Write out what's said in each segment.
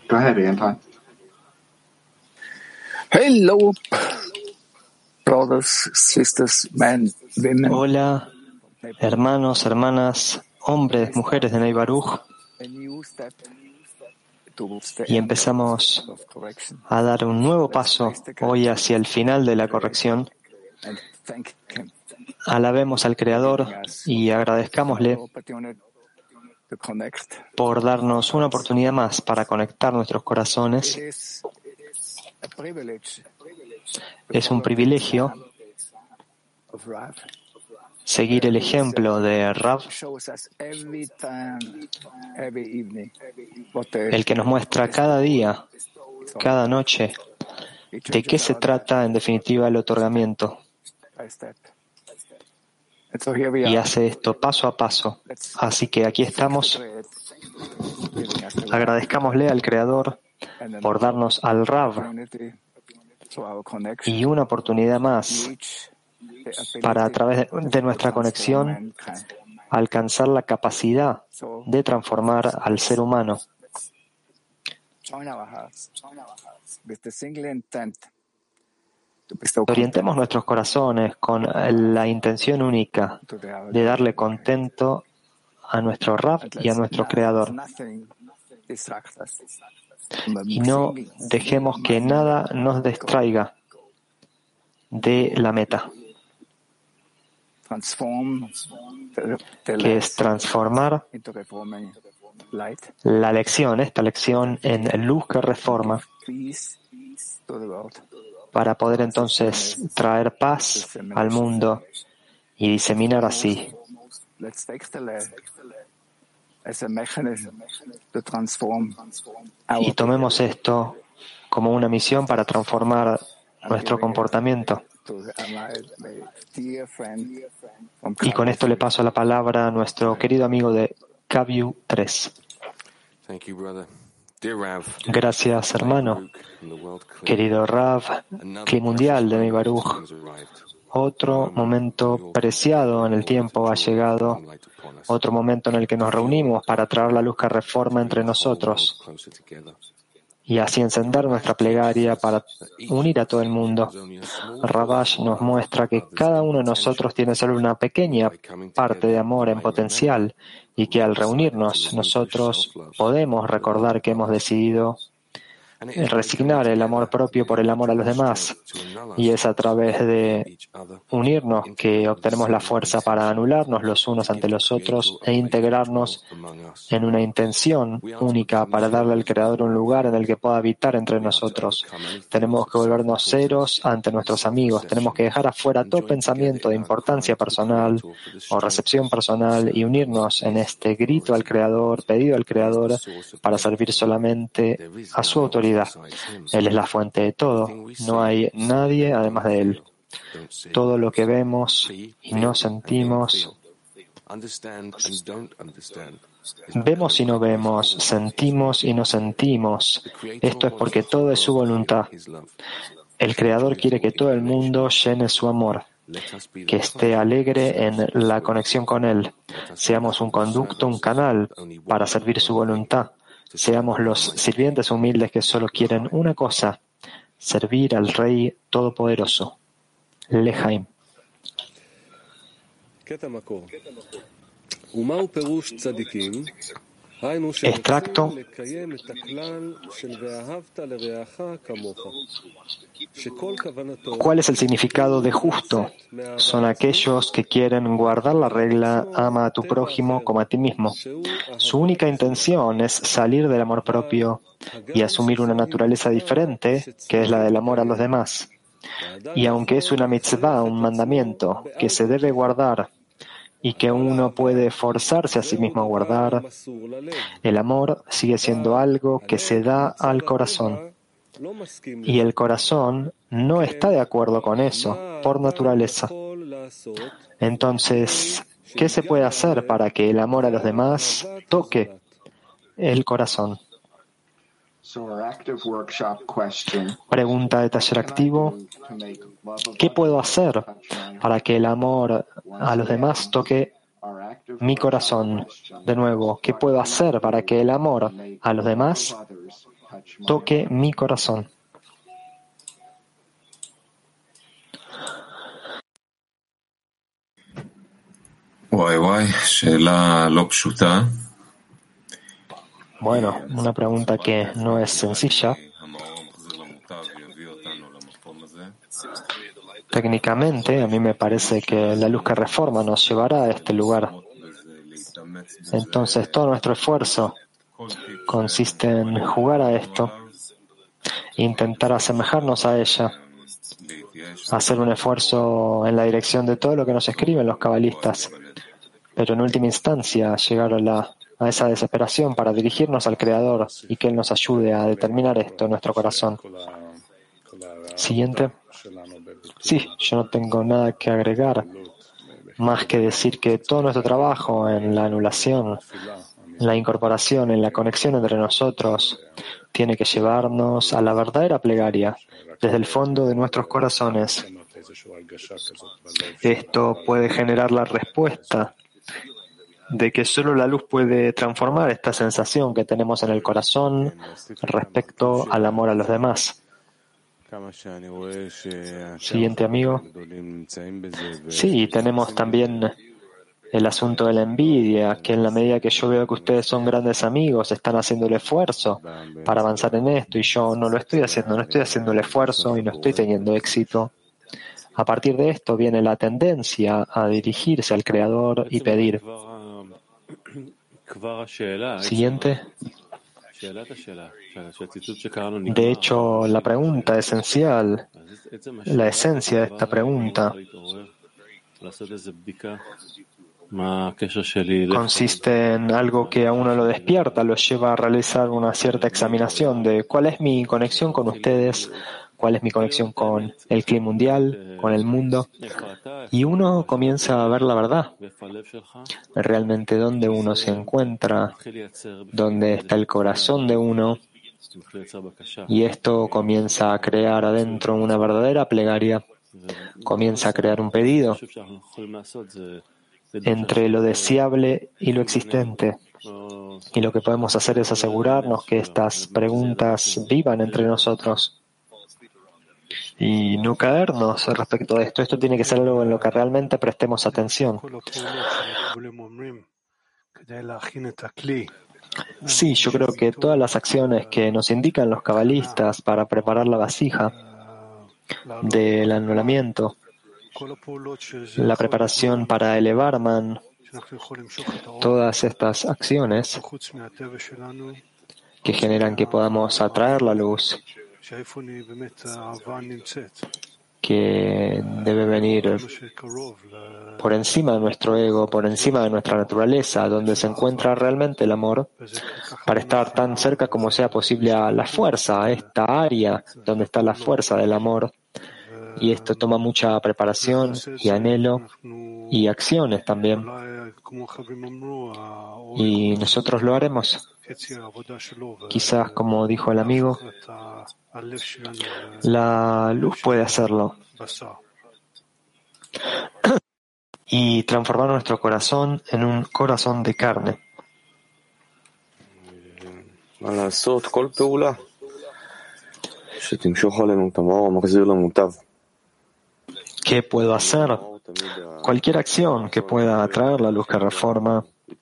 Go ahead, Anton. Hello, brothers, sisters, men, women. Hola, hermanos, hermanas, hombres, mujeres de Nei Baruch. Y empezamos a dar un nuevo paso hoy hacia el final de la corrección. Alabemos al Creador y agradezcámosle por darnos una oportunidad más para conectar nuestros corazones. Es un privilegio seguir el ejemplo de Rav, el que nos muestra cada día, cada noche, de qué se trata en definitiva el otorgamiento. Y hace esto paso a paso. Así que aquí estamos. Agradezcámosle al Creador por darnos al Rav y una oportunidad más para, a través de nuestra conexión, alcanzar la capacidad de transformar al ser humano. Orientemos nuestros corazones con la intención única de darle contento a nuestro Rav y a nuestro Creador. Y no dejemos que nada nos distraiga de la meta, que es transformar la lección, esta lección, en luz que reforma, para poder entonces traer paz al mundo y diseminar así. Y tomemos esto como una misión para transformar nuestro comportamiento. Y con esto le paso la palabra a nuestro querido amigo de Kavyu 3. Gracias, hermano. Querido Rav, Kli Mundial de Nei Baruch, otro momento preciado en el tiempo ha llegado, otro momento en el que nos reunimos para traer la luz que reforma entre nosotros y así encender nuestra plegaria para unir a todo el mundo. Rabash nos muestra que cada uno de nosotros tiene solo una pequeña parte de amor en potencial y que al reunirnos nosotros podemos recordar que hemos decidido resignar el amor propio por el amor a los demás, y es a través de unirnos que obtenemos la fuerza para anularnos los unos ante los otros e integrarnos en una intención única para darle al Creador un lugar en el que pueda habitar entre nosotros. Tenemos que volvernos ceros ante nuestros amigos, tenemos que dejar afuera todo pensamiento de importancia personal o recepción personal y unirnos en este grito al Creador, pedido al Creador para servir solamente a su autoridad. Él es la fuente de todo. No hay nadie además de Él. Todo lo que vemos y no sentimos, vemos y no vemos, sentimos y no sentimos. Esto es porque todo es su voluntad. El Creador quiere que todo el mundo llene su amor, que esté alegre en la conexión con Él. Seamos un conducto, un canal para servir su voluntad. Seamos los sirvientes humildes que solo quieren una cosa: servir al Rey Todopoderoso. Lejaim. Extracto. ¿Cuál es el significado de justo? Son aquellos que quieren guardar la regla ama a tu prójimo como a ti mismo. Su única intención es salir del amor propio y asumir una naturaleza diferente, que es la del amor a los demás. Y aunque es una mitzvah, un mandamiento que se debe guardar y que uno puede forzarse a sí mismo a guardar, el amor sigue siendo algo que se da al corazón. Y el corazón no está de acuerdo con eso, por naturaleza. Entonces, ¿qué se puede hacer para que el amor a los demás toque el corazón? Pregunta de taller activo: ¿qué puedo hacer para que el amor a los demás toque mi corazón? De nuevo, ¿qué puedo hacer para que el amor a los demás toque mi corazón. Bueno, una pregunta que no es sencilla. Técnicamente, a mí me parece que la luz que reforma nos llevará a este lugar. Entonces, todo nuestro esfuerzo consiste en jugar a esto, intentar asemejarnos a ella, hacer un esfuerzo en la dirección de todo lo que nos escriben los cabalistas, pero en última instancia llegar a esa desesperación para dirigirnos al Creador y que Él nos ayude a determinar esto en nuestro corazón. Siguiente. Sí, yo no tengo nada que agregar, más que decir que todo nuestro trabajo en la anulación, en la incorporación, en la conexión entre nosotros, tiene que llevarnos a la verdadera plegaria, desde el fondo de nuestros corazones. Esto puede generar la respuesta de que solo la luz puede transformar esta sensación que tenemos en el corazón respecto al amor a los demás. Siguiente amigo. Sí, tenemos también el asunto de la envidia, que en la medida que yo veo que ustedes son grandes amigos, están haciendo el esfuerzo para avanzar en esto y yo no lo estoy haciendo, no estoy haciendo el esfuerzo y no estoy teniendo éxito. A partir de esto viene la tendencia a dirigirse al Creador y pedir. Siguiente. De hecho, la pregunta esencial, la esencia de esta pregunta, consiste en algo que a uno lo despierta, lo lleva a realizar una cierta examinación de cuál es mi conexión con ustedes, cuál es mi conexión con el clima mundial, con el mundo, y uno comienza a ver la verdad, realmente dónde uno se encuentra, dónde está el corazón de uno, y esto comienza a crear adentro una verdadera plegaria, comienza a crear un pedido entre lo deseable y lo existente. Y lo que podemos hacer es asegurarnos que estas preguntas vivan entre nosotros y no caernos respecto a esto. Esto tiene que ser algo en lo que realmente prestemos atención. Sí, yo creo que todas las acciones que nos indican los cabalistas para preparar la vasija del anulamiento, la preparación para elevar man, todas estas acciones que generan que podamos atraer la luz, que debe venir por encima de nuestro ego, por encima de nuestra naturaleza, donde se encuentra realmente el amor, para estar tan cerca como sea posible a la fuerza, a esta área donde está la fuerza del amor. Y esto toma mucha preparación y anhelo y acciones también. Y nosotros lo haremos. Quizás, como dijo el amigo, la luz puede hacerlo y transformar nuestro corazón en un corazón de carne. ¿Qué puedo hacer? Cualquier acción que pueda atraer la luz que reforma.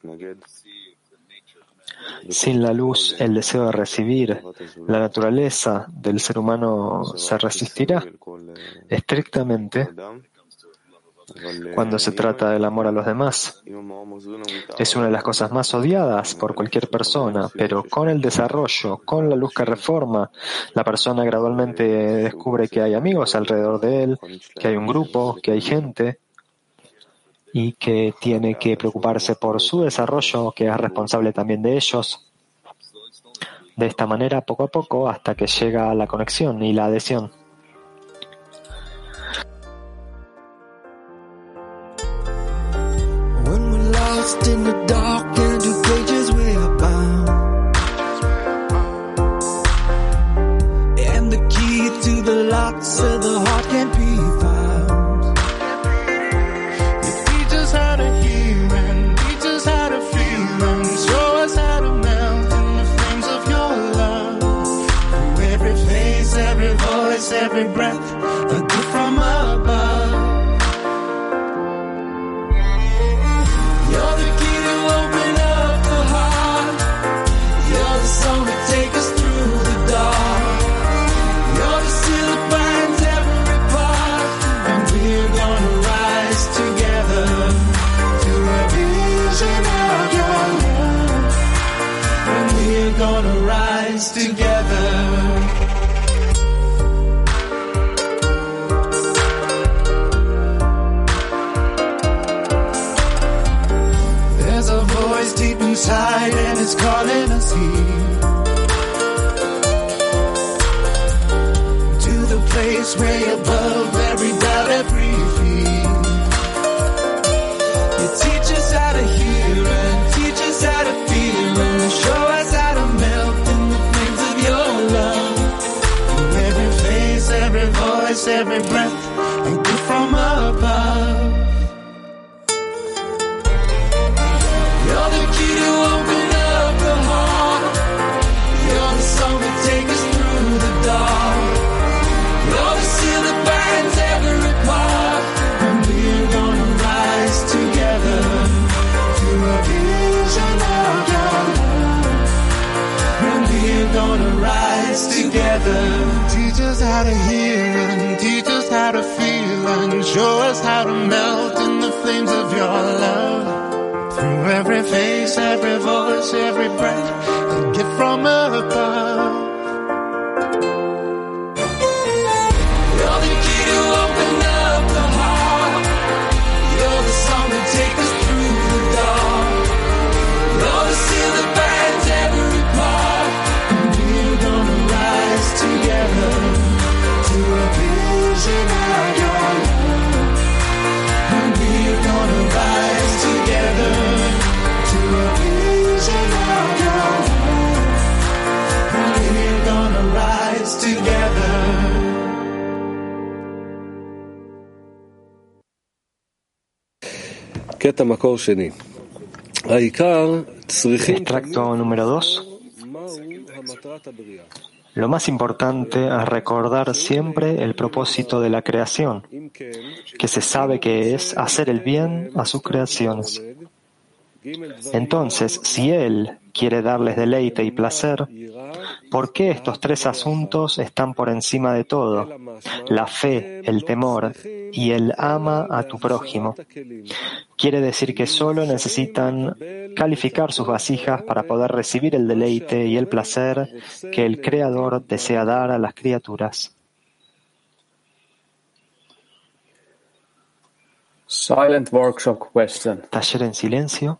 Sin la luz, el deseo de recibir, la naturaleza del ser humano se resistirá estrictamente cuando se trata del amor a los demás. Es una de las cosas más odiadas por cualquier persona, pero con el desarrollo, con la luz que reforma, la persona gradualmente descubre que hay amigos alrededor de él, que hay un grupo, que hay gente, y que tiene que preocuparse por su desarrollo, que es responsable también de ellos. De esta manera, poco a poco, hasta que llega a la conexión y la adhesión. In the dark and the pages we are bound, and the key to the lock so the heart can be found. You teach us how to hear and teach us how to feel and show us how to melt in the flames of your love. every breath, a gift from above. You're the key to open up the heart. You're the song to take us through the dark. You're the seal that binds every part, and we're gonna rise together to a vision of your love. And we're gonna rise together. There's a voice deep inside and it's calling us here to the place way above every doubt, every fear. You teach us how to hear and teach us how to feel and show us how to melt in the flames of your love. Through every face, every voice, every breath, a gift from above. You're the key to open up the heart. You're the song that takes us through the dark. You're the seal that binds every part. And we're gonna rise together to a vision of your love. And we're gonna rise together. Teach us how to hear and teach us how to feel and show us how to melt in the flames of your love. Through every face, every voice, every breath, a gift from above. You're the key to open up the heart. You're the song that takes us through the dark. You're the seal that binds every part. And we're gonna rise together to a vision of your love. And we're gonna rise together to a vision of your love. And we're gonna rise together. קטע מקור שני. העיקר צריכים Extracto número 2. מהו המטרת הבריאה. Lo más importante es recordar siempre el propósito de la creación, אם כן, que se sabe que es hacer el bien a sus creaciones. Entonces, si Él quiere darles deleite y placer, ¿por qué estos tres asuntos están por encima de todo? La fe, el temor y el ama a tu prójimo. Quiere decir que solo necesitan calificar sus vasijas para poder recibir el deleite y el placer que el Creador desea dar a las criaturas. Silent workshop question. Taller en silencio.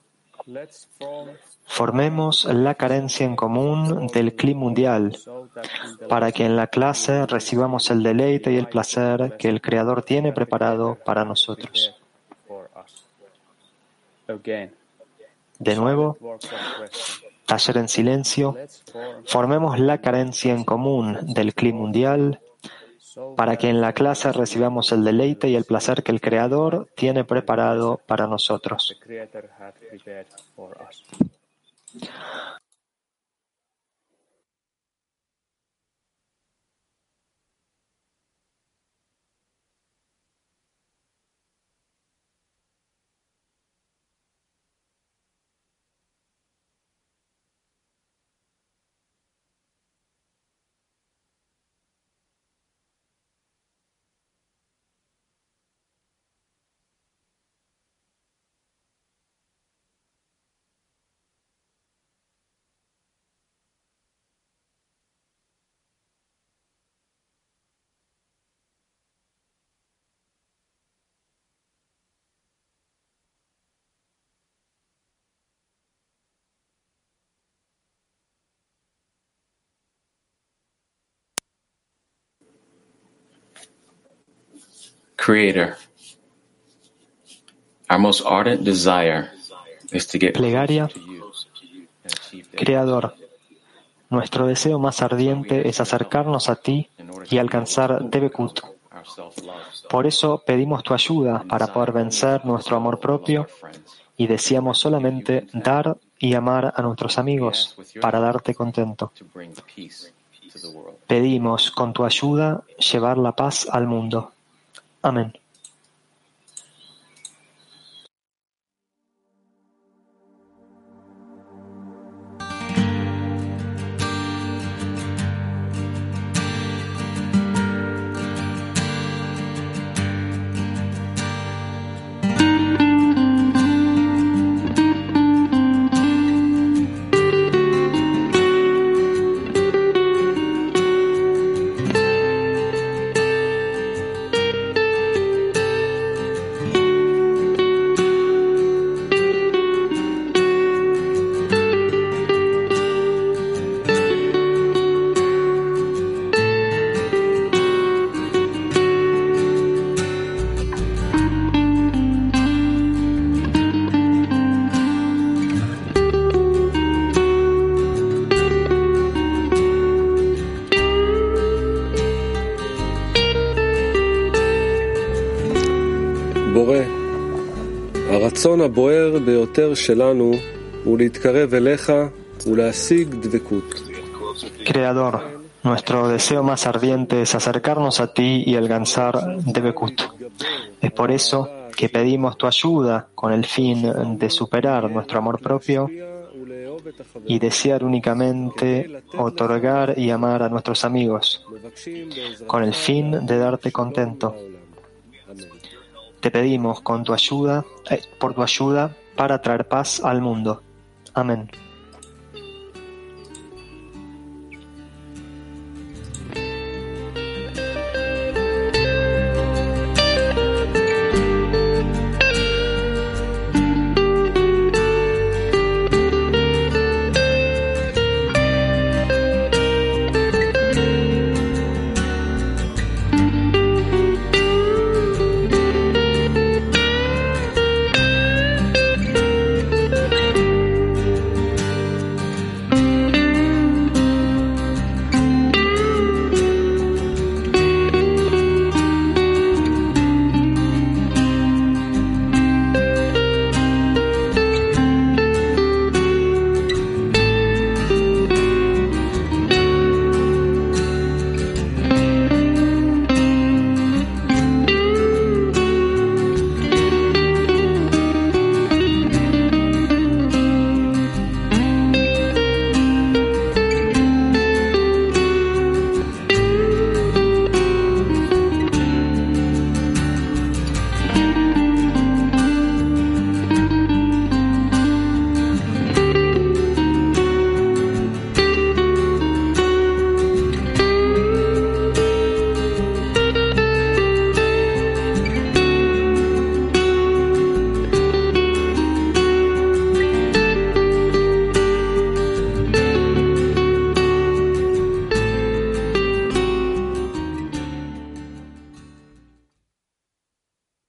Formemos la carencia en común del Kli mundial para que en la clase recibamos el deleite y el placer que el Creador tiene preparado para nosotros. De nuevo, taller en silencio. Formemos la carencia en común del Kli mundial para que en la clase recibamos el deleite y el placer que el Creador tiene preparado para nosotros. Creator, our most ardent desire is to get Plegaria. closer to you and achieve that. Creador, nuestro deseo más ardiente es acercarnos a ti y alcanzar Debekut. Our self-love. Por eso pedimos tu ayuda para poder vencer nuestro amor propio y deseamos solamente dar y amar a nuestros amigos para darte contento. To bring peace. Pedimos con tu ayuda llevar la paz al mundo. Amén. בורא, הרצון הבוער ביותר שלנו הוא להתקרב אליך ולהשיג דבקות. Creador, nuestro deseo más ardiente es acercarnos a ti y alcanzar Debekut. Es por eso que pedimos tu ayuda con el fin de superar nuestro amor propio y desear únicamente otorgar y amar a nuestros amigos, con el fin de darte contento. Te pedimos con tu ayuda, por tu ayuda para traer paz al mundo. Amén.